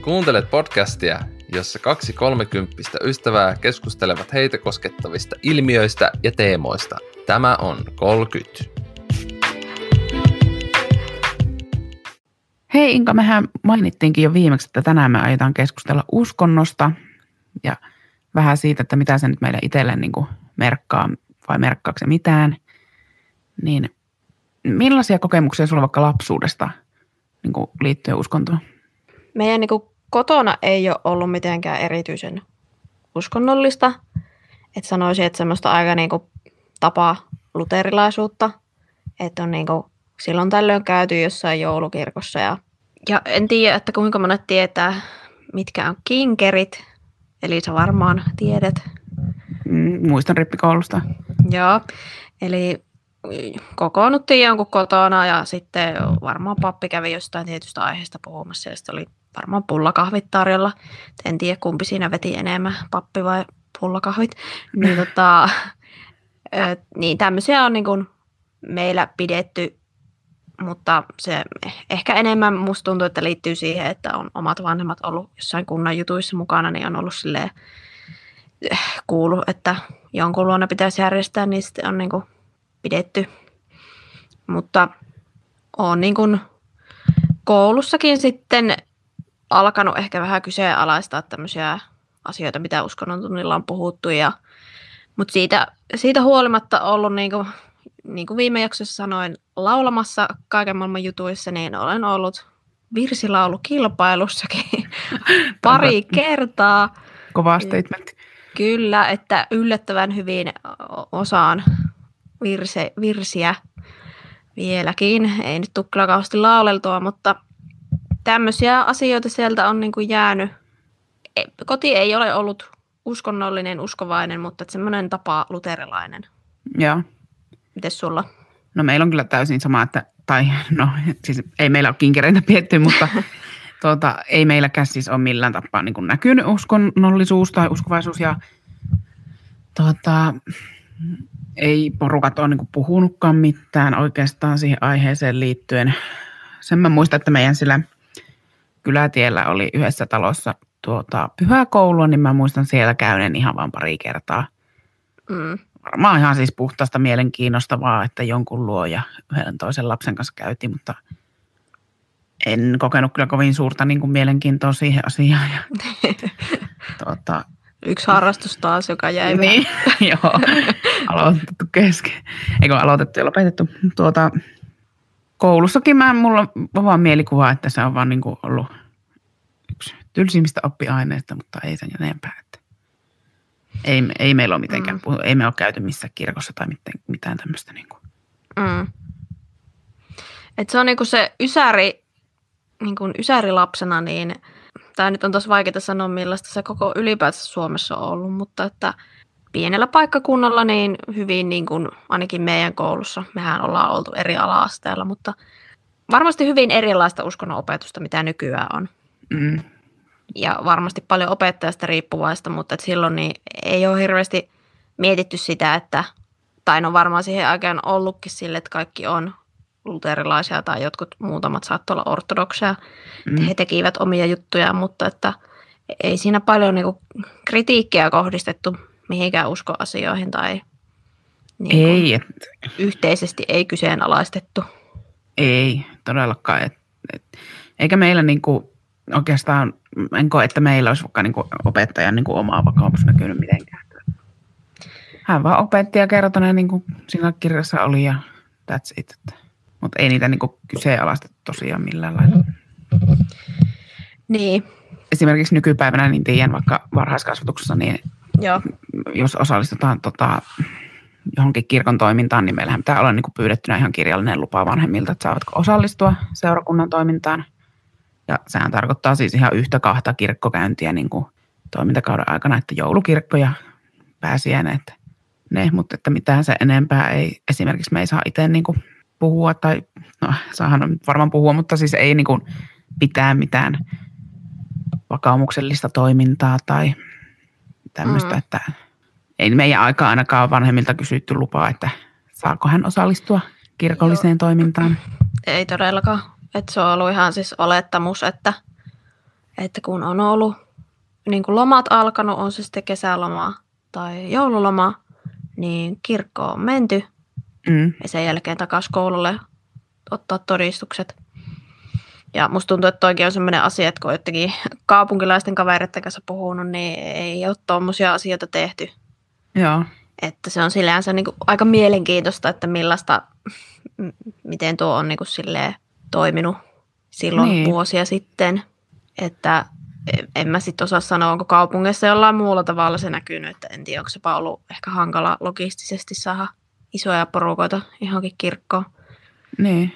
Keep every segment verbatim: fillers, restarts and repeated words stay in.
Kuuntelet podcastia, jossa kaksi kolmekymppistä ystävää keskustelevat heitä koskettavista ilmiöistä ja teemoista. Tämä on kolkyt. Hei Inka, mehän mainittiinkin jo viimeksi, että tänään me aiotaan keskustella uskonnosta ja vähän siitä, että mitä se nyt meille itselle niin kuin merkkaa vai merkkaako se mitään. Niin millaisia kokemuksia sulla vaikka lapsuudesta niin kuin liittyen uskontoon? Meidän niin kuin kotona ei ole ollut mitenkään erityisen uskonnollista. Että sanoisin, että semmoista aika niin kuin tapaa luterilaisuutta. Että on niin kuin silloin tällöin käyty jossain joulukirkossa. Ja, ja en tiedä, että kuinka monet tietää, mitkä on kinkerit. Eli sä varmaan tiedät. Mm, muistan rippikoulusta. Joo, eli kokoonnuttiin jonkun kotona ja sitten varmaan pappi kävi jostain tietystä aiheesta puhumassa ja sitten oli varmaan pullakahvit tarjolla. En tiedä kumpi siinä veti enemmän, pappi vai pullakahvit. Niin, tota, niin tämmöisiä on niin kuin meillä pidetty, mutta se ehkä enemmän musta tuntuu, että liittyy siihen, että on omat vanhemmat ollut jossain kunnan jutuissa mukana, niin on ollut silleen kuulu, että jonkun luona pitäisi järjestää, niin sitten on niin kuin pidetty. Mutta olen niin kuin koulussakin sitten alkanut ehkä vähän kyseenalaistaa tämmöisiä asioita, mitä uskonnon tunnilla on puhuttu. Ja, mutta siitä, siitä huolimatta ollut, niin kuin, niin kuin viime jaksossa sanoin, laulamassa kaiken maailman jutuissa, niin olen ollut virsilaulukilpailussakin pari kertaa. Kova statement. Kyllä, että yllättävän hyvin osaan virse, virsiä vieläkin. Ei nyt tule kyllä kauheasti lauleltua, mutta tämmöisiä asioita sieltä on niin kuin jäänyt. Koti ei ole ollut uskonnollinen, uskovainen, mutta semmoinen tapa luterilainen. Joo. Mites sulla? No meillä on kyllä täysin sama, että, tai no siis ei meillä ole kinkereitä pidetty, mutta tuota, ei meilläkään siis ole millään tapaa niin kuin näkynyt uskonnollisuus tai uskovaisuus ja tuota, ei porukat ole niin kuin puhunutkaan mitään oikeastaan siihen aiheeseen liittyen. Sen mä muistan, että meidän sillä kylätiellä oli yhdessä talossa tuota, pyhäkoulua, niin mä muistan siellä käyneen ihan vain pari kertaa. Mm. Varmaan ihan siis puhtaasta mielenkiinnosta vaan, että jonkun luo ja yhden toisen lapsen kanssa käytiin, mutta en kokenut kyllä kovin suurta niin kuin mielenkiintoa siihen asiaan. Ja, tuota, yksi harrastus taas, joka jäi niin, joo, aloitettu kesken. Eikö aloitettu ja lopetettu. Tuota, koulussakin mä, mulla on vaan mielikuva, että se on vaan niin kuin ollut yksi tylsimmistä oppiaineista, mutta ei sen enempää. Että ei, ei meillä ole mitenkään, mm. ei me ole käyty missään kirkossa tai mitään, mitään tämmöistä. Niin kuin. Mm. Et se on niin kuin se ysäri, niin kuin ysärilapsena, niin tämä nyt on tosi vaikeaa sanoa, millaista se koko ylipäätään Suomessa on ollut, mutta että pienellä paikkakunnalla niin hyvin niin kuin ainakin meidän koulussa, mehän ollaan oltu eri ala-asteella, mutta varmasti hyvin erilaista uskonnon opetusta, mitä nykyään on. Mm. Ja varmasti paljon opettajasta riippuvaista, mutta että silloin niin ei ole hirveästi mietitty sitä, että, tai no varmaan siihen aikaan ollutkin sille, että kaikki on luterilaisia tai jotkut muutamat saattoi olla ortodokseja. Mm. He tekivät omia juttujaan, mutta että ei siinä paljon niin kuin kritiikkiä kohdistettu mihinkään uskoasioihin tai niin ei, et, yhteisesti ei kyseenalaistettu. Ei todellakaan. Et, et, eikä meillä niin kuin, oikeastaan, en koe, että meillä olisi vaikka niin kuin opettajan niin kuin omaa vakaumus näkynyt mitenkään. Hän vaan opetti ja kertoi niin kuin siinä kirjassa oli ja that's it. Mutta ei niitä niinku kyseenalaistettu tosiaan millään lailla. Niin. Esimerkiksi nykypäivänä, niin tiedän vaikka varhaiskasvatuksessa, niin joo. Jos osallistutaan tota, johonkin kirkon toimintaan, niin meillähän pitää olla niinku pyydettynä ihan kirjallinen lupa vanhemmilta, että saavatko osallistua seurakunnan toimintaan. Ja sehän tarkoittaa siis ihan yhtä kahta kirkkokäyntiä niinku toimintakauden aikana, että joulukirkko ja pääsiäinen, että ne, mutta että mitään se enempää ei, esimerkiksi me ei saa itse niinku puhua, tai no saahan varmaan puhua, mutta siis ei niin kuin pitää mitään vakaumuksellista toimintaa tai tämmöistä, mm. että ei meidän aikaan ainakaan vanhemmilta kysytty lupaa, että saako hän osallistua kirkolliseen Joo. toimintaan. Ei todellakaan, että se on ollut ihan siis olettamus, että että kun on ollut niin kuin lomat alkanut, on se sitten kesäloma tai joululoma, niin kirkkoon on menty Mm. ja sen jälkeen takaisin koululle ottaa todistukset. Ja musta tuntuu, että toikin on sellainen asia, että kun jotenkin kaupunkilaisten kavereiden kanssa puhunut, niin ei ole tuommoisia asioita tehty. Joo. Että se on sillänsä niin kuin aika mielenkiintoista, että millaista, m- miten tuo on niin kuin silleen toiminut silloin Niin. vuosia sitten. Että en mä sitten osaa sanoa, onko kaupungissa jollain muulla tavalla se näkynyt, että en tiedä, onko sepä ollut ehkä hankala logistisesti saada isoja porukoita johonkin kirkkoon. Niin.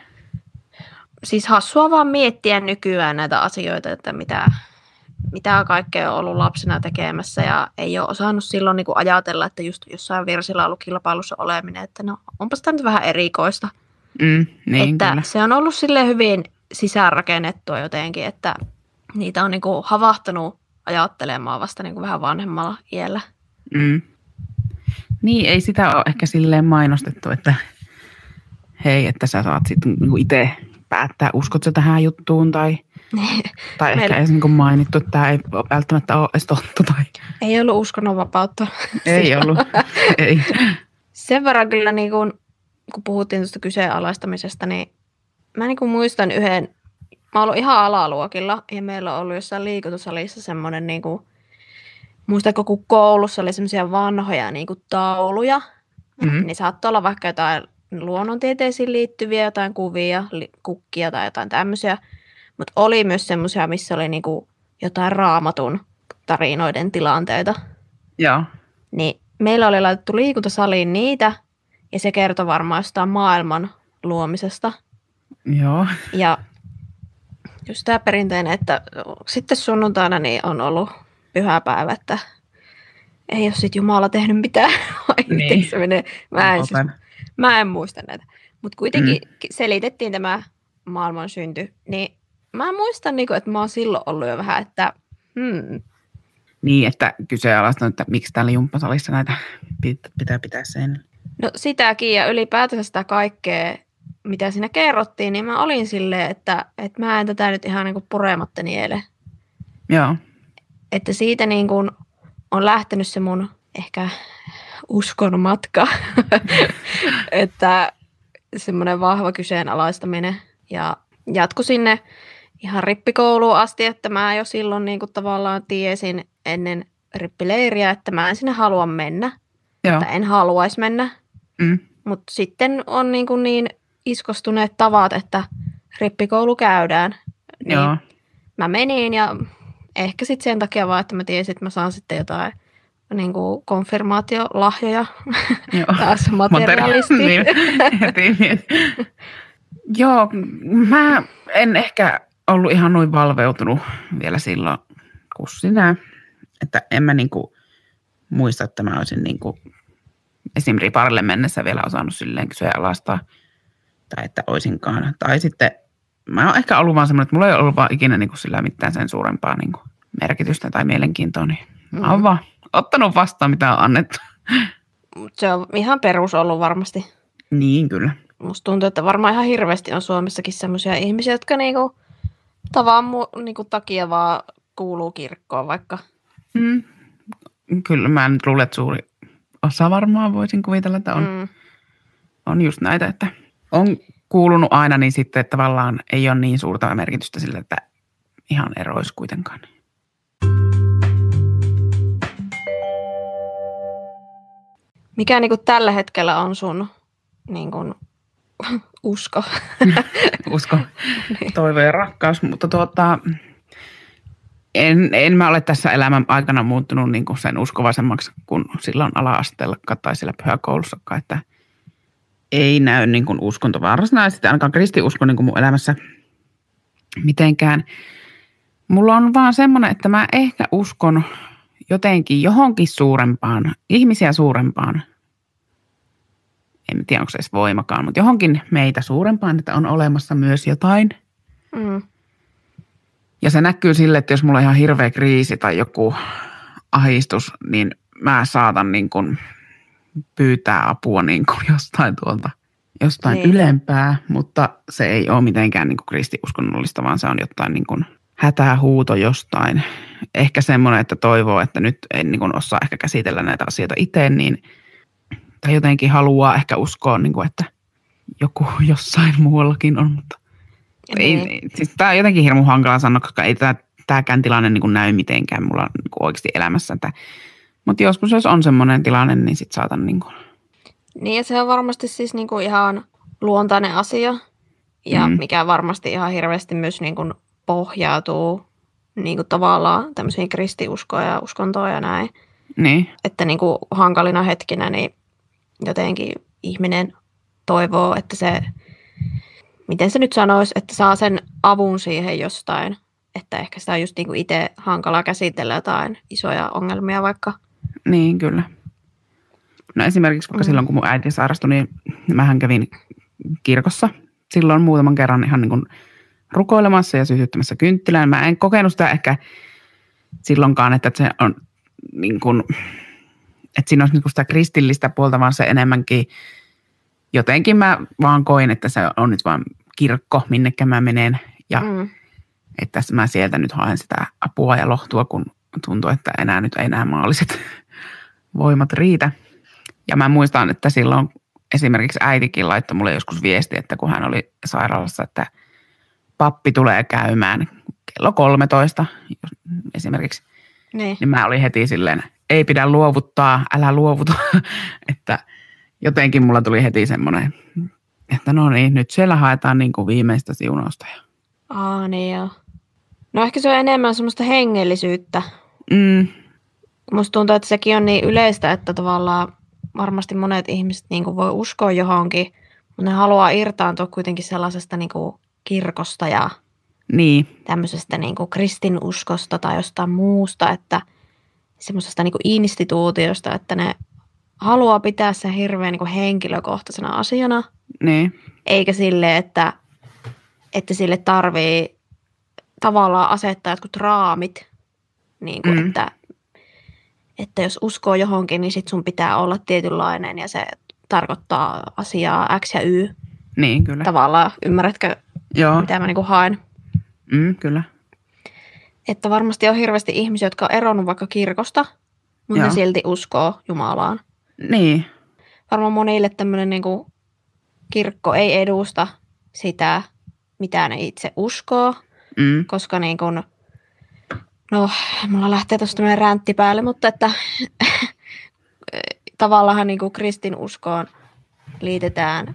Siis hassua vaan miettiä nykyään näitä asioita, että mitä, mitä kaikkea on ollut lapsena tekemässä ja ei ole osannut silloin niin kuin ajatella, että just jossain virsillä ollut kilpailussa oleminen, että no onpas tämä nyt vähän erikoista. Mm, niin, että kyllä. se on ollut silleen hyvin sisäänrakennettua jotenkin, että niitä on niin kuin havahtanut ajattelemaan vasta niin kuin vähän vanhemmalla iällä. Mm. Niin, ei sitä ole ehkä silleen mainostettu, että hei, että sä saat sitten niinku itse päättää, uskot sä tähän juttuun tai, tai ehkä Meillä- edes niinku mainittu, että tämä ei välttämättä ole edes totta. Tai... Ei ollut uskonnonvapautta. Ei ollut, ei. Sen verran kyllä, niin kun, kun puhuttiin tuosta kyseenalaistamisesta, niin mä niin kun muistan yhden, mä oon ollut ihan alaluokilla ja meillä on ollut jossain liikuntasalissa semmoinen, niin kuin, muistatko kun koulussa oli semmoisia vanhoja niin kuin tauluja, Mm. niin saattoi olla vaikka jotain luonnontieteisiin liittyviä jotain kuvia, li- kukkia tai jotain tämmöisiä, mutta oli myös semmoisia, missä oli niin kuin jotain raamatun tarinoiden tilanteita. Joo. Niin meillä oli laitettu liikuntasaliin niitä, ja se kertoi varmaan jostain maailman luomisesta. Joo. Ja just tämä perinteinen, että sitten sunnuntaina niin on ollut pyhäpäivä, että ei ole sitten Jumala tehnyt mitään. Vai Niin. miten se menee? Mä en, siis, Otan. mä en muista näitä. Mutta kuitenkin mm. selitettiin tämä maailman synty. Niin mä muistan, niinku, että mä oon silloin ollut jo vähän, että hmm, Niin, että kyseenalaista, että miksi täällä jumppasalissa näitä pit- pitää pitää sen. no sitäkin ja ylipäätänsä sitä kaikkea, mitä siinä kerrottiin, niin mä olin silleen, että, että mä en tätä nyt ihan niinku purematta niele. Joo. Että siitä niin kuin on lähtenyt se mun ehkä uskon matka, että semmoinen vahva kyseenalaistaminen ja jatku sinne ihan rippikouluun asti, että mä jo silloin niin kuin tavallaan tiesin ennen rippileiriä, että mä en sinne halua mennä, Joo. että en haluaisi mennä, Mm. mutta sitten on niin, kuin niin iskostuneet tavat, että rippikoulu käydään, niin Joo. mä menin ja ehkä sitten sen takia vaan, että mä tiesin, että mä saan sitten jotain niin kuin konfirmaatiolahjoja Joo. taas materiaalisti. Niin, heti mietin. Joo, mä en ehkä ollut ihan noin valveutunut vielä silloin kuin sinä. Että en mä niinku muista, että mä olisin niinku esim. Riparille mennessä vielä osannut silleen kyseenalaistaa. Tai että olisinkaan. Tai sitten mä oon ehkä ollut vaan semmoinen, että mulla ei ollut vaan ikinä niinku sillä mitään sen suurempaa niinku merkitystä tai mielenkiintoa. Niin mä oon Mm. vaan ottanut vastaan, mitä on annettu. Mut se on ihan perus ollut varmasti. Niin kyllä. Musta tuntuu, että varmaan ihan hirveästi on Suomessakin semmoisia ihmisiä, jotka niinku tavan mu- niinku takia vaan kuuluu kirkkoon vaikka. Mm. Kyllä mä nyt luulen, että suuri osa varmaan voisin kuvitella, että on, Mm. on just näitä, että on kuulunut aina, niin sitten tavallaan ei ole niin suurta merkitystä sillä, että ihan eroisi kuitenkaan. Mikä niinku tällä hetkellä on sun niinku, usko? Usko, toivo ja rakkaus, mutta tuota, en, en mä ole tässä elämän aikana muuttunut niin kuin sen uskovaisemmaksi kuin silloin ala-asteellakaan tai siellä pyhäkoulussakaan, että ei näy niin kuin uskonto varsinaisesti, ainakaan kristiusko niin kuin mun elämässä mitenkään. Mulla on vaan semmoinen, että mä ehkä uskon jotenkin johonkin suurempaan, ihmisiä suurempaan, en tiedä onko se edes voimakaan, mutta johonkin meitä suurempaan, että on olemassa myös jotain. Mm. Ja se näkyy sille, että jos mulla on ihan hirveä kriisi tai joku ahdistus, niin mä saatan niin kuin pyytää apua niin kuin jostain tuolta, jostain Niin. ylempää, mutta se ei ole mitenkään niin kuin kristiuskonnollista, vaan se on jotain niin kuin hätähuuto jostain. Ehkä semmoinen, että toivoo, että nyt en niin kuin osaa ehkä käsitellä näitä asioita itse, niin tai jotenkin haluaa ehkä uskoa, niin kuin, että joku jossain muuallakin on, mutta Niin. ei, siis tämä on jotenkin hirmu hankala sanoa, koska ei tämä, tämäkään tilanne niin kuin näy mitenkään mulla niin kuin oikeasti elämässä. Että, mutta joskus, jos on semmoinen tilanne, niin sitten saatan niin kuin... Niin ja se on varmasti siis niinku ihan luontainen asia ja Mm. mikä varmasti ihan hirveästi myös niinku pohjautuu niinku tavallaan tämmöisiin kristiuskoon ja uskontoon ja näin. Niin, Että niinku hankalina hetkinä niin jotenkin ihminen toivoo, että se, miten se nyt sanoisi, että saa sen avun siihen jostain. Että ehkä sitä on just niinku itse hankala käsitellä jotain isoja ongelmia vaikka. niin kyllä. No esimerkiksi vaikka Mm. silloin, kun mun äiti sairastui, niin mähän kävin kirkossa silloin muutaman kerran ihan niin kuin rukoilemassa ja sytyttämässä kynttilään. Mä en kokenut sitä ehkä silloinkaan, että se on niin kuin, että siinä olisi niin kuin sitä kristillistä puolta, vaan se enemmänkin jotenkin mä vaan koin, että se on nyt vaan kirkko, minnekä mä menen ja Mm. että mä sieltä nyt haen sitä apua ja lohtua, kun tuntuu, että enää nyt ei nämä maalliset voimat riitä. Ja mä muistan, että silloin esimerkiksi äitikin laittoi mulle joskus viesti, että kun hän oli sairaalassa, että pappi tulee käymään kello kolmetoista esimerkiksi, Niin. niin mä olin heti silleen, ei pidä luovuttaa, älä luovuta, että jotenkin mulla tuli heti semmoinen, että no niin, nyt siellä haetaan niin kuin viimeistä siunausta. Aa, niin joo. No ehkä se on enemmän semmoista hengellisyyttä. Mm, Musta tuntuu, että sekin on niin yleistä, että tavallaan varmasti monet ihmiset niin kuin voi uskoa johonkin, mutta ne haluaa irtaantua kuitenkin sellaisesta niin kuin kirkosta ja niin, tämmöisestä niin kuin kristinuskosta tai jostain muusta, että semmoisesta niin kuin instituutiosta, että ne haluaa pitää sen hirveän niin kuin henkilökohtaisena asiana, niin, eikä sille, että, että sille tarvii tavallaan asettaa jotkut raamit, niin kuin, Mm. että, että jos uskoo johonkin, niin sit sun pitää olla tietynlainen ja se tarkoittaa asiaa X ja Y. niin kyllä. Tavallaan, ymmärrätkö, Joo, mitä mä niin kuin haen? mm, kyllä. Että varmasti on hirveästi ihmisiä, jotka on eronnut vaikka kirkosta, mutta Joo. ne silti uskoo Jumalaan. Niin, Varmaan monille tämmöinen niin kuin kirkko ei edusta sitä, mitä ne itse uskoo, mm, koska niin kuin, no, mulla lähtee tuosta tämmöinen räntti päälle, mutta että tavallaan niin kuin kristinuskoon liitetään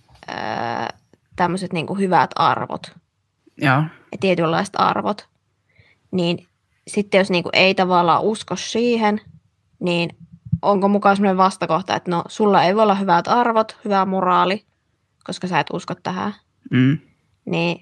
ää, tämmöiset niin kuin hyvät arvot joo, ja tietynlaiset arvot, niin sitten jos niin kuin ei tavallaan usko siihen, niin onko mukaan semmoinen vastakohta, että no sulla ei voi olla hyvät arvot, hyvä moraali, koska sä et usko tähän, mm, niin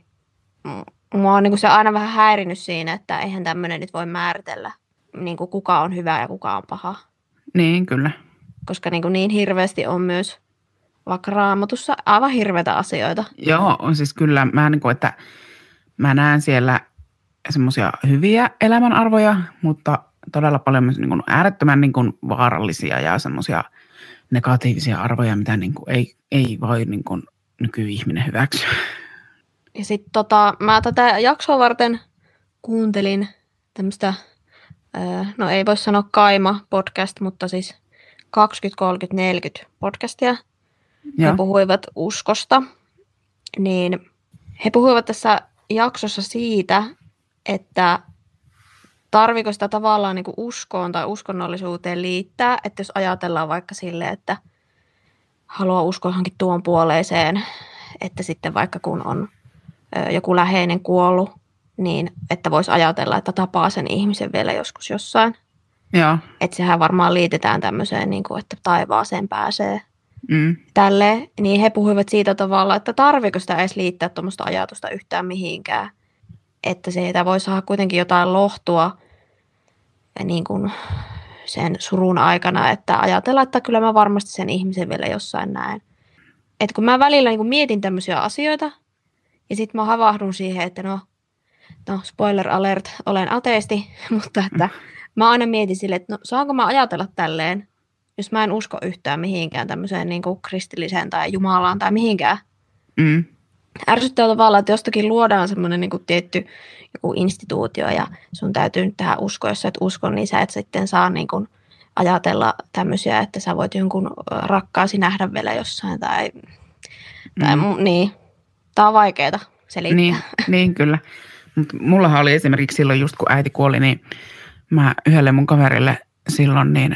m- mua on niin kuin se aina vähän häirinyt siinä, että eihän tämmöinen nyt voi määritellä, niin kuin kuka on hyvä ja kuka on paha, niin kyllä. koska niin, kuin niin hirveästi on myös vaikka Raamatussa aivan hirveitä asioita. Joo, on siis kyllä, mä, niin kuin, että mä näen siellä semmoisia hyviä elämänarvoja, mutta todella paljon myös niin kuin äärettömän niin kuin vaarallisia ja semmoisia negatiivisia arvoja, mitä niin kuin ei, ei voi niin kuin nykyihminen hyväksyä. Ja sitten tota, mä tätä jaksoa varten kuuntelin tämmöistä, no ei voi sanoa Kaima podcast, mutta siis kaksikymmentä, kolmekymmentä, neljäkymmentä podcastia. Joo. He puhuivat uskosta, niin he puhuivat tässä jaksossa siitä, että tarviiko sitä tavallaan niin kuin uskoon tai uskonnollisuuteen liittää, että jos ajatellaan vaikka silleen, että haluaa uskoa johonkin tuon puoleiseen, että sitten vaikka kun on ö, joku läheinen kuollut, niin että voisi ajatella, että tapaa sen ihmisen vielä joskus jossain. Joo. Että sehän varmaan liitetään tämmöiseen, niin kuin, että taivaaseen pääsee Mm. tälleen. Niin he puhuivat siitä tavalla, että tarviiko sitä edes liittää tuommoista ajatusta yhtään mihinkään. Että siitä voi saada kuitenkin jotain lohtua niin kuin sen surun aikana, että ajatella, että kyllä mä varmasti sen ihmisen vielä jossain näen. Että kun mä välillä niin kuin mietin tämmöisiä asioita, ja sitten mä havahdun siihen, että no, no spoiler alert, olen ateisti, mutta että mä aina mietin silleen, että no saanko mä ajatella tälleen, jos mä en usko yhtään mihinkään tämmöiseen niin kuin kristilliseen tai Jumalaan tai mihinkään. Mm. ärsyttää tavallaan, että jostakin luodaan semmoinen niin kuin tietty joku instituutio ja sun täytyy nyt tähän uskoa, jos sä et usko, niin sä et sitten saa niin kuin ajatella tämmöisiä, että sä voit jonkun rakkaasi nähdä vielä jossain tai, tai Mm. mu- niin. Tää on vaikeeta selittää. Niin, niin kyllä. Mut mullahan oli esimerkiksi silloin just kun äiti kuoli, niin mä yhdelle mun kaverille silloin niin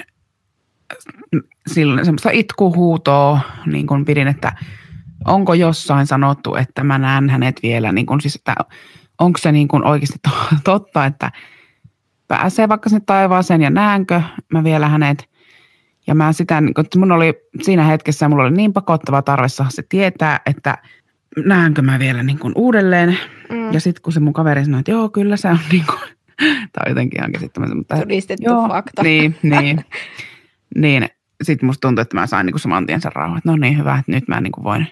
silloin semmoista itkuhuutoa niin kun pidin, että onko jossain sanottu, että mä näen hänet vielä, niin kun siis, että onko se niin kun oikeasti to- totta, että pääsee vaikka sinne taivaaseen ja näenkö mä vielä hänet. Ja mä sitä, niin kun, mun oli siinä hetkessä, mulla oli niin pakottava tarve saada se tietää, että näenkö mä vielä niin kun uudelleen. Mm. Ja sitten kun se mun kaveri sanoi, että joo, kyllä se on niin kuin, tai jotenkin ihan käsittämätöntä. Mutta Todistettu joo, fakta. Niin, niin. niin sitten musta tuntui, että mä sain niin kuin saman tien sen rauhan. No niin, hyvä, että nyt mä niin kuin voin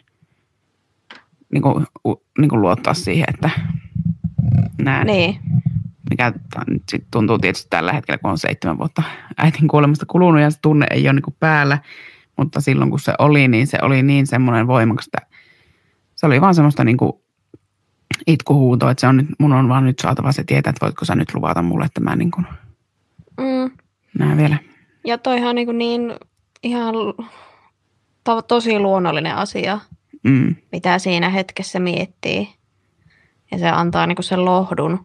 niin kuin, u, niin kuin luottaa siihen, että näen. Niin. Mikä nyt sit tuntuu tietysti tällä hetkellä, kun on seitsemän vuotta äitin kuolemasta kulunut ja se tunne ei ole niin kuin päällä. Mutta silloin kun se oli, niin se oli niin semmoinen voimakas, että se oli vaan semmoista niin kuin itkuhuuto, että se on nyt, mun on vaan nyt saatava se tietää, että voitko sä nyt luvata mulle, että mä niin kuin Mm. näen vielä. Ja toihan niin, niin ihan to, tosi luonnollinen asia, Mm. mitä siinä hetkessä miettii. Ja se antaa niin kuin sen lohdun.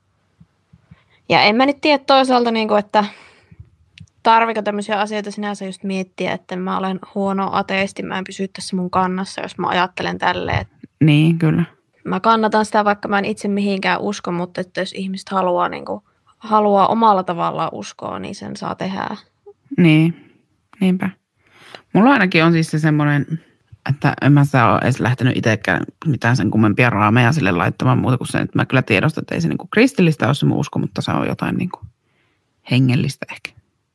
Ja en mä nyt tiedä toisaalta, niin kuin, että tarviko tämmöisiä asioita sinänsä just miettiä, että mä olen huono ateisti, mä en pysy tässä mun kannassa, jos mä ajattelen tälleen. Niin, kyllä. Mä kannatan sitä, vaikka mä en itse mihinkään usko, mutta että jos ihmiset haluaa, niin kuin, haluaa omalla tavallaan uskoa, niin sen saa tehdä. Niin, niinpä. Mulla ainakin on siis se semmoinen, että en mä sitä ole edes lähtenyt itsekään mitään sen kummempia raameja sille laittamaan muuta kuin sen, että mä kyllä tiedostan, että ei se niin kuin kristillistä ole se mun usko, mutta se on jotain niin kuin hengellistä ehkä.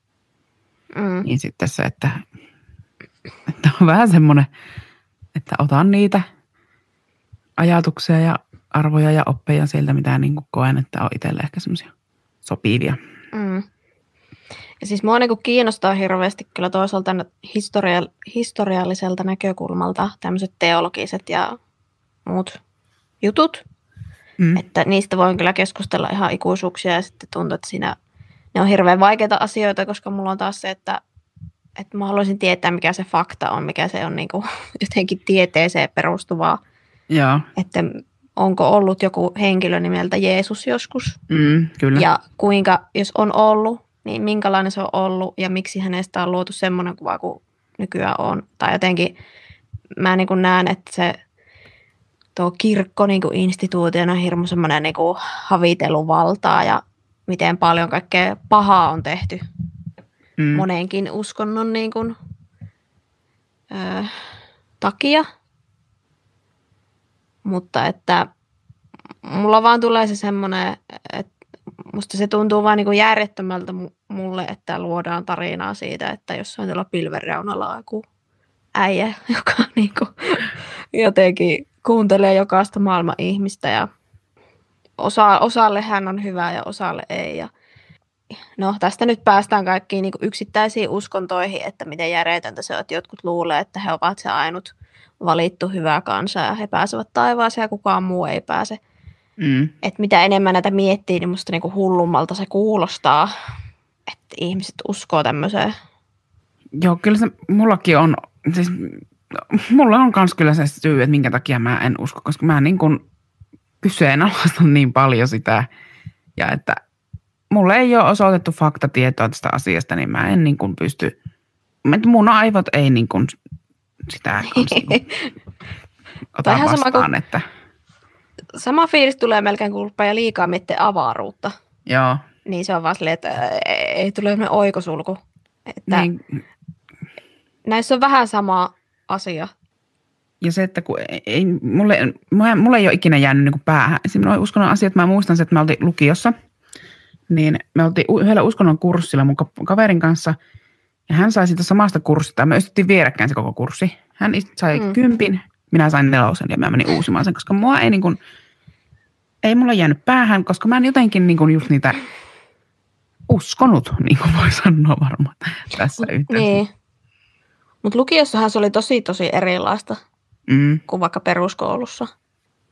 Mm. Niin sitten se, että, että on vähän semmoinen, että otan niitä ajatuksia ja arvoja ja oppeja sieltä, mitä niin kuin koen, että on itselle ehkä semmoisia sopivia. Mm. Ja siis mua niinku kiinnostaa hirveästi kyllä toisaalta historia- historialliselta näkökulmalta tämmöiset teologiset ja muut jutut. Mm. Että niistä voin kyllä keskustella ihan ikuisuuksia ja sitten tuntuu, että siinä ne on hirveän vaikeita asioita, koska mulla on taas se, että, että mä haluaisin tietää, mikä se fakta on, mikä se on niinku jotenkin tieteeseen perustuvaa. Joo, Että onko ollut joku henkilö nimeltä Jeesus joskus mm, kyllä. ja kuinka, jos on ollut, niin minkälainen se on ollut ja miksi hänestä on luotu semmoinen kuva kuin nykyään on. Tai jotenkin mä niin kuin näen, että se tuo kirkko niin kuin instituutiona on hirmu semmoinen niin kuin haviteluvaltaa ja miten paljon kaikkea pahaa on tehty mm. monenkin uskonnon niin kuin, ö, takia. Mutta että mulla vaan tulee se semmoinen, että musta se tuntuu vaan niin kuin järjettömältä mulle, että luodaan tarinaa siitä, että jossain tuolla pilvenreunalla on joku äijä, joka niin kuin jotenkin kuuntelee jokaista maailman ihmistä ja osa, osalle hän on hyvä ja osalle ei. Ja no tästä nyt päästään kaikkiin niin kuin yksittäisiin uskontoihin, että miten järjetöntä se on, että jotkut luulee, että he ovat se ainut valittu hyvä kansa ja he pääsevät taivaaseen ja kukaan muu ei pääse. Mm. Että mitä enemmän näitä miettii, niin musta niinku hullummalta se kuulostaa, että ihmiset uskoo tämmöiseen. Joo, kyllä se mullakin on, siis mulla on kans kyllä se syy, että minkä takia mä en usko, koska mä niin kuin kyseenalaistan niin paljon sitä ja että mulle ei ole osoitettu faktatietoa tästä asiasta, niin mä en niin kuin pysty, mun aivot ei niin kuin sitä kans niin kuin ota ihan sama vastaan, kuin- että Sama fiilis tulee melkein, kun rupeaa liikaa miettiä avaruutta. joo. Niin se on vaan silleen, että ei tule sellainen oikosulku. Että Niin, näissä on vähän sama asia. ja se, että kun ei, ei mulle, mulle, mulle ei ole ikinä jäänyt niin kuin päähän. Esimerkiksi nuo uskonnon asiat, mä muistan se, että me oltiin lukiossa, niin me oltiin yhdellä uskonnon kurssilla mun ka- kaverin kanssa, ja hän sai siitä samasta kurssista, ja me yritettiin vierekkäin se koko kurssi. Hän sai Mm. kympin, minä sain nelosen, ja mä menin uusimaan sen, koska mua ei niin kuin, ei mulla jäänyt päähän, koska mä en jotenkin niin kuin just niitä uskonut, niin kuin voi sanoa varmaan tässä yhteydessä. Niin. Mutta lukiossahan se oli tosi tosi erilaista Mm, kuin vaikka peruskoulussa.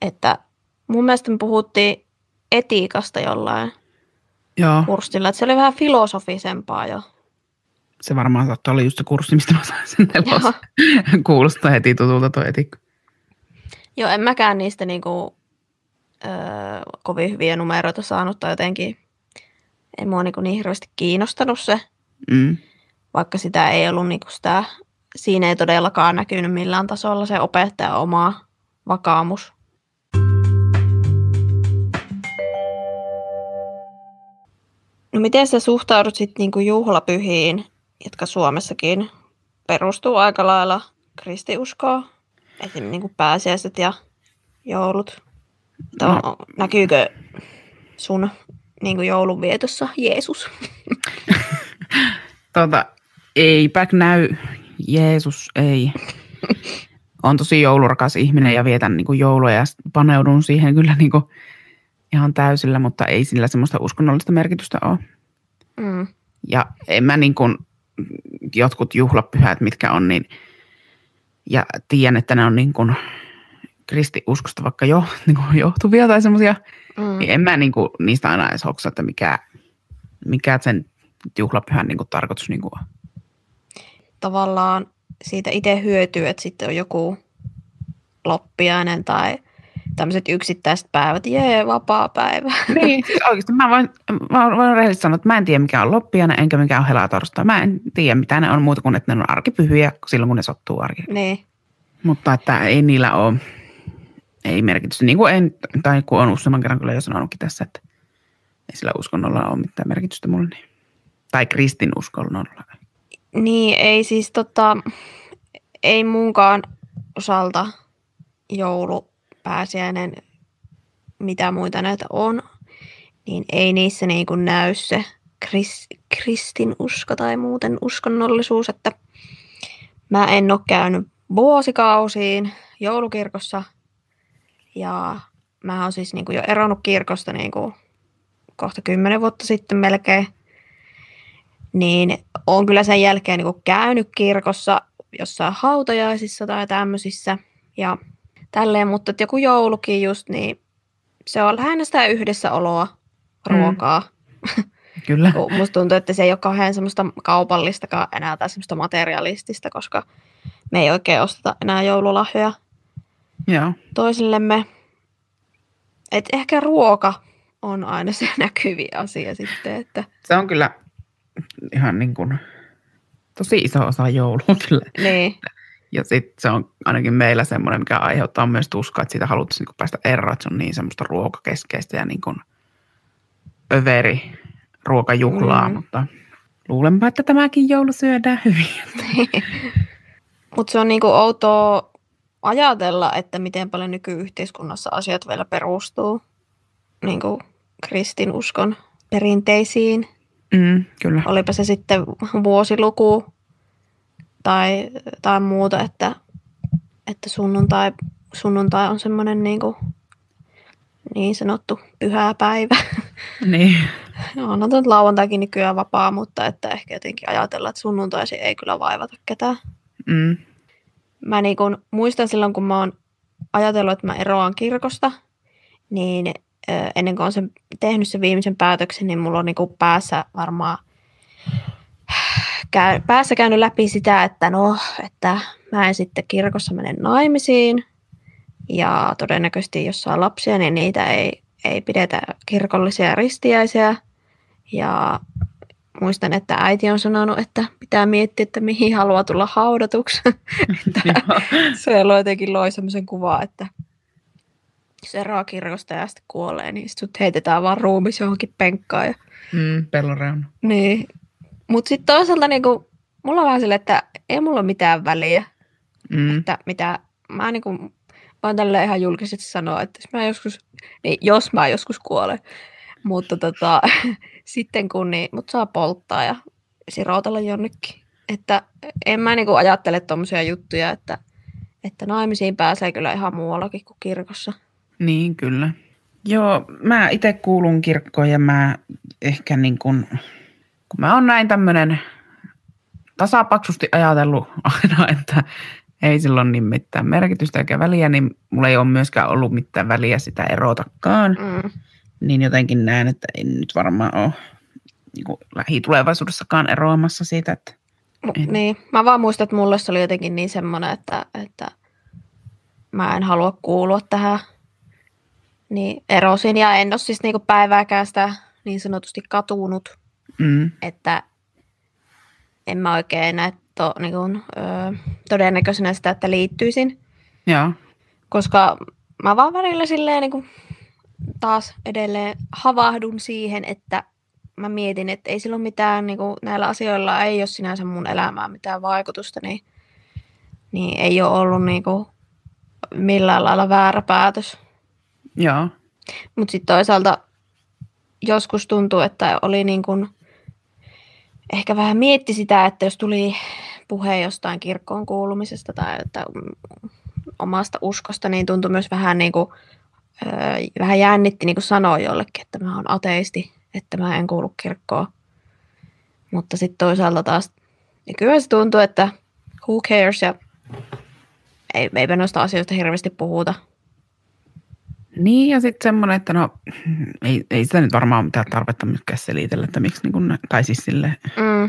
Että mun mielestä me puhuttiin etiikasta jollain Joo, kurssilla, että se oli vähän filosofisempaa jo. se varmaan saattaa olla just se kurssi, mistä mä sain sen nelos. Joo. Kuulostaa heti tutulta tuo etiikka. Joo, en mäkään niistä niinku, öö, kovin hyviä numeroita saanut tai jotenkin ei mua niinku niin hirveästi kiinnostanut se, Mm. vaikka sitä ei ollut niinku sitä, siinä ei todellakaan näkynyt millään tasolla se opettajan oma vakaumus. No miten sä suhtaudut sitten niinku juhlapyhiin, jotka Suomessakin perustuu aika lailla kristiuskoon? Esimerkiksi niinku pääsiäiset ja joulut. No. No. Näkyykö sun niinku joulunvietossa Jeesus? Tota, eipä näy. Jeesus, ei. On tosi joulurakas ihminen ja vietän niin kuin joulua ja paneudun siihen kyllä niin kuin ihan täysillä, mutta ei sillä semmoista uskonnollista merkitystä ole. Mm. Ja en mä niin kuin jotkut juhlapyhät, mitkä on, niin ja tiedän, että ne on niin kuin kristiuskosta vaikka jo niin kuin johtuvia tai semmoisia, Mm. niin en mä niin kuin niistä aina edes hoksaa, että mikä, mikä sen juhlapyhän niin kuin tarkoitus niin kuin on. Tavallaan siitä itse hyötyy, että sitten on joku loppiainen tai tämmöiset yksittäiset päivät, jee, vapaa päivä. Niin, siis oikeasti mä voin, mä voin rehellisesti sanoa, että mä en tiedä mikä on loppiainen enkä mikä on helatorstai. Mä en tiedä mitä ne on muuta kuin, että ne on arkipyhyjä silloin kun ne sottuu arki. Niin. Mutta että ei niillä ole, ei merkitystä. Niin kuin en, tai kun on useamman kerran kyllä jo sanonutkin tässä, että ei sillä uskonnolla ole mitään merkitystä mulle. Niin. Tai kristinuskonnolla. Niin, ei siis tota, ei munkaan osalta joulu, pääsiäinen, mitä muita näitä on, niin ei niissä niin kuin näy se kris, kristinusko tai muuten uskonnollisuus, että mä en ole käynyt vuosikausiin joulukirkossa ja mä oon siis niin kuin jo eronnut kirkosta niin kuin kohta kymmenen vuotta sitten melkein, niin oon kyllä sen jälkeen niin kuin käynyt kirkossa jossain hautajaisissa tai tämmöisissä ja tälleen, mutta että joku joulukin just, niin se on lähinnä sitä yhdessäoloa, ruokaa. Mm. Kyllä. Musta tuntuu, että se ei ole kauhean semmoista kaupallistakaan enää tai semmoista materialistista, koska me ei oikein osteta enää joululahjoja Joo. toisillemme. Et ehkä ruoka on aina se näkyvi asia sitten, että Se on kyllä ihan niin kuin tosi iso osa joulua kyllä. niin. Ja sitten se on ainakin meillä semmoinen, mikä aiheuttaa myös tuskaa, että siitä haluttaisiin niin päästä eroon, että se on niin semmoista ruokakeskeistä ja niin kuin överi ruokajuhlaa, mm. mutta luulenpa, että tämäkin joulu syödään hyvin. Mutta se on niinku outoa ajatella, että miten paljon nykyyhteiskunnassa asiat vielä perustuu niinku kristinuskon perinteisiin. Mm, kyllä. Olipa se sitten vuosiluku tai, tai muuta, että, että sunnuntai, sunnuntai on semmoinen niin, kuin, niin sanottu pyhä päivä. Niin. On on lauantaikin nykyään vapaa, mutta että ehkä jotenkin ajatella, että sunnuntaisin ei kyllä vaivata ketään. Mm. Mä niin kun muistan silloin, kun mä oon ajatellut, että mä eroan kirkosta, niin ennen kuin olen sen, tehnyt sen viimeisen päätöksen, niin mulla on niin kuin päässä varmaan käy, päässä käynyt läpi sitä, että no, että mä en sitten kirkossa mene naimisiin ja todennäköisesti jos saa lapsia, niin niitä ei, ei pidetä kirkollisia ristiäisiä ja muistan, että äiti on sanonut, että pitää miettiä, että mihin haluaa tulla haudatuksi. Se jotenkin loi semmoisen kuvan, että jos eroaa kirkosta ja sitten kuolee, niin sit sut heitetään vaan ruumis johonkin penkkaan. Ja Mm, pellon reuna. niin. Mutta sitten toisaalta niinku, mulla on vähän silleen, että ei mulla ole mitään väliä. Mm. Että mitä, mä niinku, voin tälleen ihan julkisesti sanoa, että jos mä joskus, niin jos mä joskus kuolen, mutta tota, sitten kun niin, mut saa polttaa ja siroutella jonnekin. Että en mä niinku ajattele tommosia juttuja, että, että naimisiin pääsee kyllä ihan muuallakin kuin kirkossa. Niin, kyllä. Joo, mä itse kuulun kirkkoon ja mä ehkä niin kuin, kun mä oon näin tämmönen tasapaksusti ajatellut aina, että, ei silloin niin mitään merkitystä eikä väliä, niin mulla ei ole myöskään ollut mitään väliä sitä erotakaan. Mm. Niin jotenkin näen, että en nyt varmaan ole niin kuin lähitulevaisuudessakaan eroamassa siitä, että en. Niin, mä vaan muistan, että mulle se oli jotenkin niin semmoinen, että, että mä en halua kuulua tähän. Niin erosin ja en ole siis niinku päivääkään sitä niin sanotusti katunut, Mm. että en mä oikein näe to, niinku, ö, todennäköisenä sitä, että liittyisin. Joo. Koska mä vaan välillä silleen niinku, taas edelleen havahdun siihen, että mä mietin, että ei sillä ole mitään, niinku, näillä asioilla ei ole sinänsä mun elämään mitään vaikutusta, niin, niin ei ole ollut niinku, millään lailla väärä päätös. Joo. Mutta sitten toisaalta joskus tuntuu, että oli niin kuin, ehkä vähän mietti sitä, että jos tuli puhe jostain kirkkoon kuulumisesta tai että omasta uskosta, niin tuntui myös vähän, niin kuin, vähän jännitti niin kuin sanoa jollekin, että mä oon ateisti, että mä en kuulu kirkkoon. Mutta sitten toisaalta taas, niin kyllä se tuntuu, että who cares ja ei, eipä noista asioista hirveästi puhuta. Niin ja sitten semmoinen, että no ei, ei sitä nyt varmaan ole mitään tarvetta myöskään selitellä, että miksi niin kuin, tai siis sille, Mm.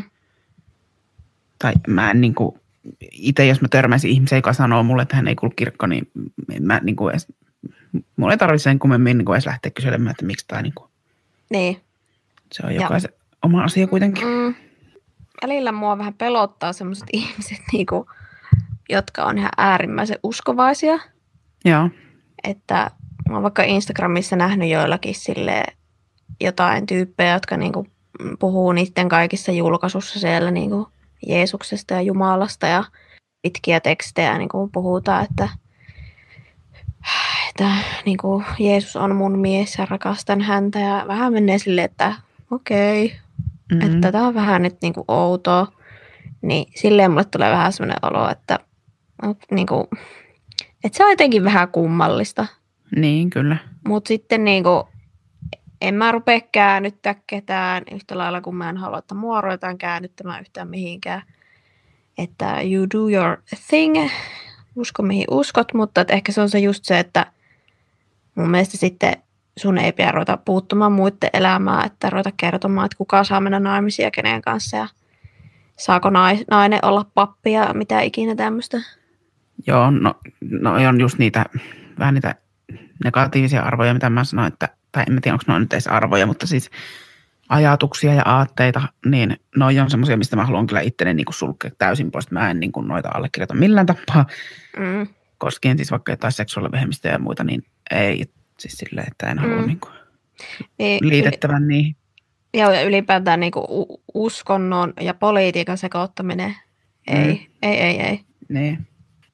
tai mä en niin kuin, itse jos mä törmäisin ihmisen, joka sanoo mulle, että hän ei kuulu kirkkoon, niin en mä niin kuin edes, mulla ei tarvitse sen kummemmin niin kuin edes lähteä kyselemään, että miksi tai niin kuin, Niin. se on jokaisen oma asia kuitenkin. Mm. Välillä mua vähän pelottaa sellaiset ihmiset, niinku, jotka on ihan äärimmäisen uskovaisia. Joo. Että mä oon vaikka Instagramissa nähnyt joillakin silleen jotain tyyppejä, jotka niinku puhuu niiden kaikissa julkaisussa siellä niinku Jeesuksesta ja Jumalasta ja pitkiä tekstejä niinku puhutaan, että, että niinku Jeesus on mun mies ja rakastan häntä ja vähän menee silleen, että okei, okay, Mm-hmm. että tämä on vähän nyt niinku outoa. Niin silleen mulle tulee vähän semmoinen olo, että, niinku, että se on jotenkin vähän kummallista. Niin, kyllä. Mutta sitten niinku, en mä rupea käännyttää ketään yhtä lailla, kun mä en halua, että mua ruvetaan käännyttämään yhtään mihinkään. Että you do your thing, usko mihin uskot, mutta että ehkä se on se just se, että mun mielestä sitten sun ei pidä ruveta puuttumaan muiden elämään, että ruveta kertomaan, että kuka saa mennä naimisiin ja kenen kanssa ja saako nainen olla pappi ja mitä ikinä tämmöistä. Joo, no, no on just niitä, vähän niitä negatiivisia arvoja, mitä mä sanoin, että, tai en tiedä, onko ne nyt edes arvoja, mutta siis ajatuksia ja aatteita, niin ne on semmoisia, mistä mä haluan kyllä itteni niin kuin sulkea täysin pois. Mä en niin kuin noita allekirjoita millään tapaa, Mm. koskien siis vaikka jotain seksuaalivähemmistöjä ja muita, niin ei siis silleen, että en halua Mm. niin kuin Niin, liitettävän niihin. Joo, ja ylipäätään niin kuin uskonnon ja politiikan sekoittaminen. Ei, Mm. ei, ei, ei. Niin.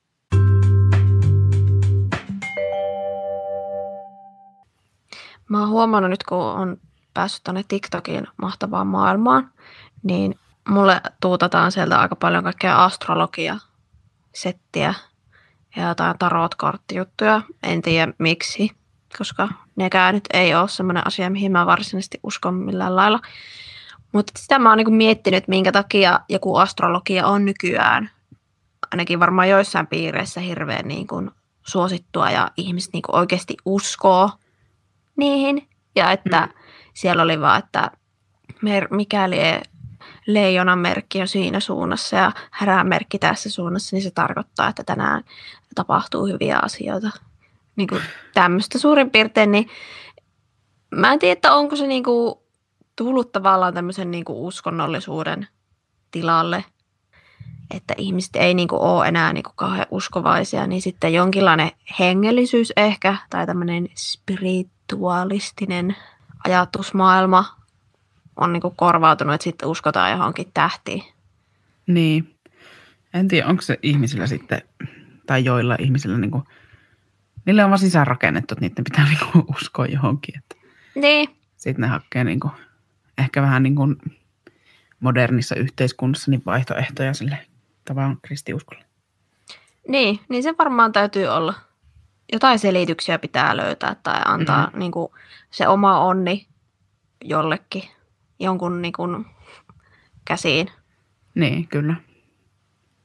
Mä oon huomannut nyt, kun on päässyt tuonne TikTokin mahtavaan maailmaan, niin mulle tuutataan sieltä aika paljon kaikkea astrologia-settiä ja jotain tarot-korttijuttuja. En tiedä miksi, koska nekään nyt ei ole semmoinen asia, mihin mä varsinaisesti uskon millään lailla. Mutta sitä mä oon niinku miettinyt, että minkä takia joku astrologia on nykyään, ainakin varmaan joissain piireissä hirveän niinku suosittua ja ihmiset niinku oikeasti uskoo niihin. Ja että mm. siellä oli vaan, että mer- mikäli leijonan merkki on siinä suunnassa ja härän merkki tässä suunnassa, niin se tarkoittaa, että tänään tapahtuu hyviä asioita. Niin kuin tämmöistä suurin piirtein, niin mä en tiedä, että onko se niin kuin tullut tavallaan tämmöisen niin kuin uskonnollisuuden tilalle, että ihmiset ei niin kuin ole enää niin kuin kauhean uskovaisia, niin sitten jonkinlainen hengellisyys ehkä tai tämmöinen spiritualistinen ajatusmaailma on niin kuin korvautunut, että sitten uskotaan johonkin tähtiin. Niin. En tiedä, onko se ihmisillä sitten, tai joilla ihmisillä, niin kuin, niille on vaan sisäänrakennettu, että niiden pitää niin kuin uskoa johonkin. Että Niin. sitten ne hakee niin kuin, ehkä vähän niin kuin modernissa yhteiskunnassa niin vaihtoehtoja sille tavallaan kristiuskolle. Niin, niin se varmaan täytyy olla. Jotain selityksiä pitää löytää tai antaa mm-hmm. niin kuin se oma onni jollekin, jonkun niin kuin käsiin. Niin, kyllä.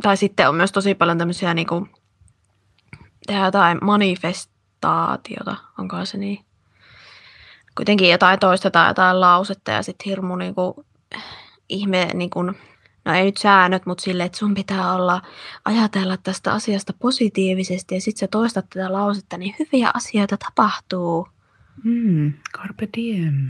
tai sitten on myös tosi paljon tämmöisiä niin kuin, tehdään jotain manifestaatiota, onkohan se niin? Kuitenkin jotain toistetaan jotain lausetta ja sitten hirmu niin kuin, ihme, niin kuin, no ei nyt säännöt, mutta silleen, että sun pitää olla, ajatella tästä asiasta positiivisesti ja sitten sä toistat tätä lausetta, niin hyviä asioita tapahtuu. Mm, carpe diem.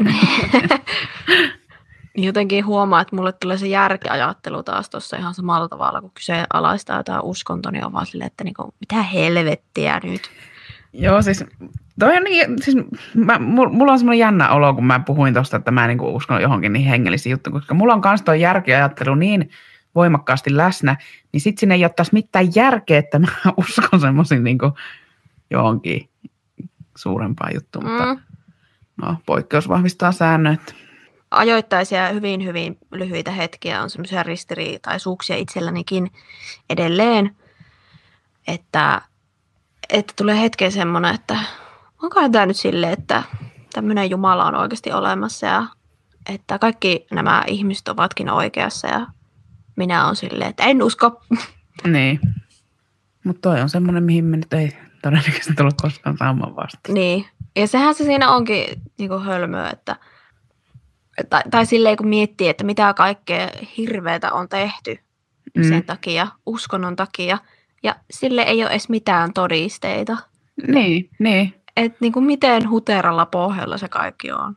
Jotenkin huomaa, että mulle tulee se järkiajattelu taas tuossa ihan samalla tavalla, kun kyseenalaistaa jotain uskontoa, niin on vaan silleen, että niinku, mitä helvettiä nyt. Joo, siis, toi on niin, siis mä, mulla on semmoinen jännä olo, kun mä puhuin tuosta, että mä niinku uskon johonkin niin hengellisiin juttuihin, koska mulla on myös toi järkiajattelu niin voimakkaasti läsnä, niin sit sinne ei ottaisi mitään järkeä, että mä uskon semmoisiin niinku johonkin suurempaan juttuun, mm. mutta no, poikkeus vahvistaa säännöt. Ajoittaisia hyvin, hyvin lyhyitä hetkiä on semmoisia ristiriitaisuuksia itsellänikin edelleen, että, että tulee hetken semmoinen, että onkohan tämä nyt silleen, että tämmöinen Jumala on oikeasti olemassa ja että kaikki nämä ihmiset ovatkin oikeassa ja minä olen silleen, että en usko. Niin, mutta toi on semmoinen, mihin me nyt ei todennäköisesti tullut koskaan saamaan vasta. Niin, ja sehän se siinä onkin niin kuin hölmöä, että Tai, tai silleen, kun miettii, että mitä kaikkea hirveätä on tehty mm. sen takia, uskonnon takia, ja sille ei ole edes mitään todisteita. Niin, niin. Että niin kuin miten huteralla pohjalla se kaikki on.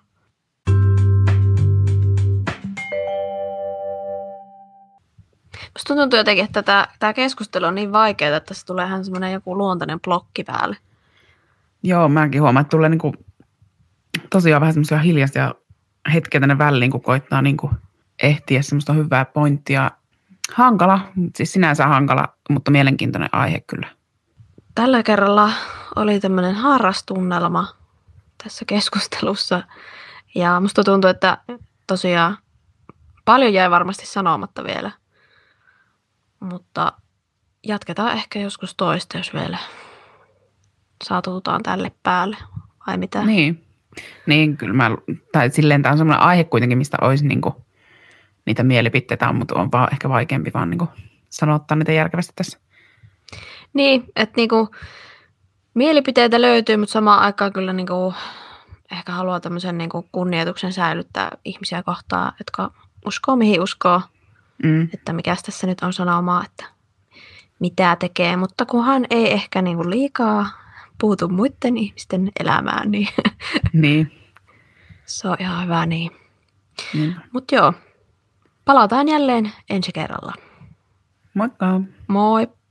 Musta tuntuu jotenkin, että tämä, tämä keskustelu on niin vaikeaa, että se tulee ihan semmoinen joku luontainen blokki päälle. Joo, mäkin huomaan, että tulee niinku tosiaan vähän semmoisia hiljaisia hetkeä tänne väliin, kun koittaa niin kuin ehtiä semmoista hyvää pointtia. Hankala, siis sinänsä hankala, mutta mielenkiintoinen aihe kyllä. Tällä kerralla oli tämmöinen harrastunnelma tässä keskustelussa. Ja musta tuntuu, että tosiaan paljon jäi varmasti sanomatta vielä. Mutta jatketaan ehkä joskus toista, jos vielä saatutaan tälle päälle. Vai mitä? Niin. Niin, kyllä mä, tai silleen tämä on semmoinen aihe kuitenkin, mistä olisi niinku, niitä mielipiteitä on, mutta on vaan ehkä vaikeampi vaan niinku sanottaa niitä järkevästi tässä. Niin, että niinku, mielipiteitä löytyy, mutta samaan aikaan kyllä niinku, ehkä haluaa tämmöisen niinku kunnioituksen säilyttää ihmisiä kohtaan, jotka uskoo mihin uskoo, mm. että mikäs tässä nyt on sanomaa, että mitä tekee, mutta kunhan ei ehkä niinku liikaa puutu muiden ihmisten elämään, niin, niin. Se on ihan hyvä niin. Mm. Mutta joo, palataan jälleen ensi kerralla. Moikka! Moi!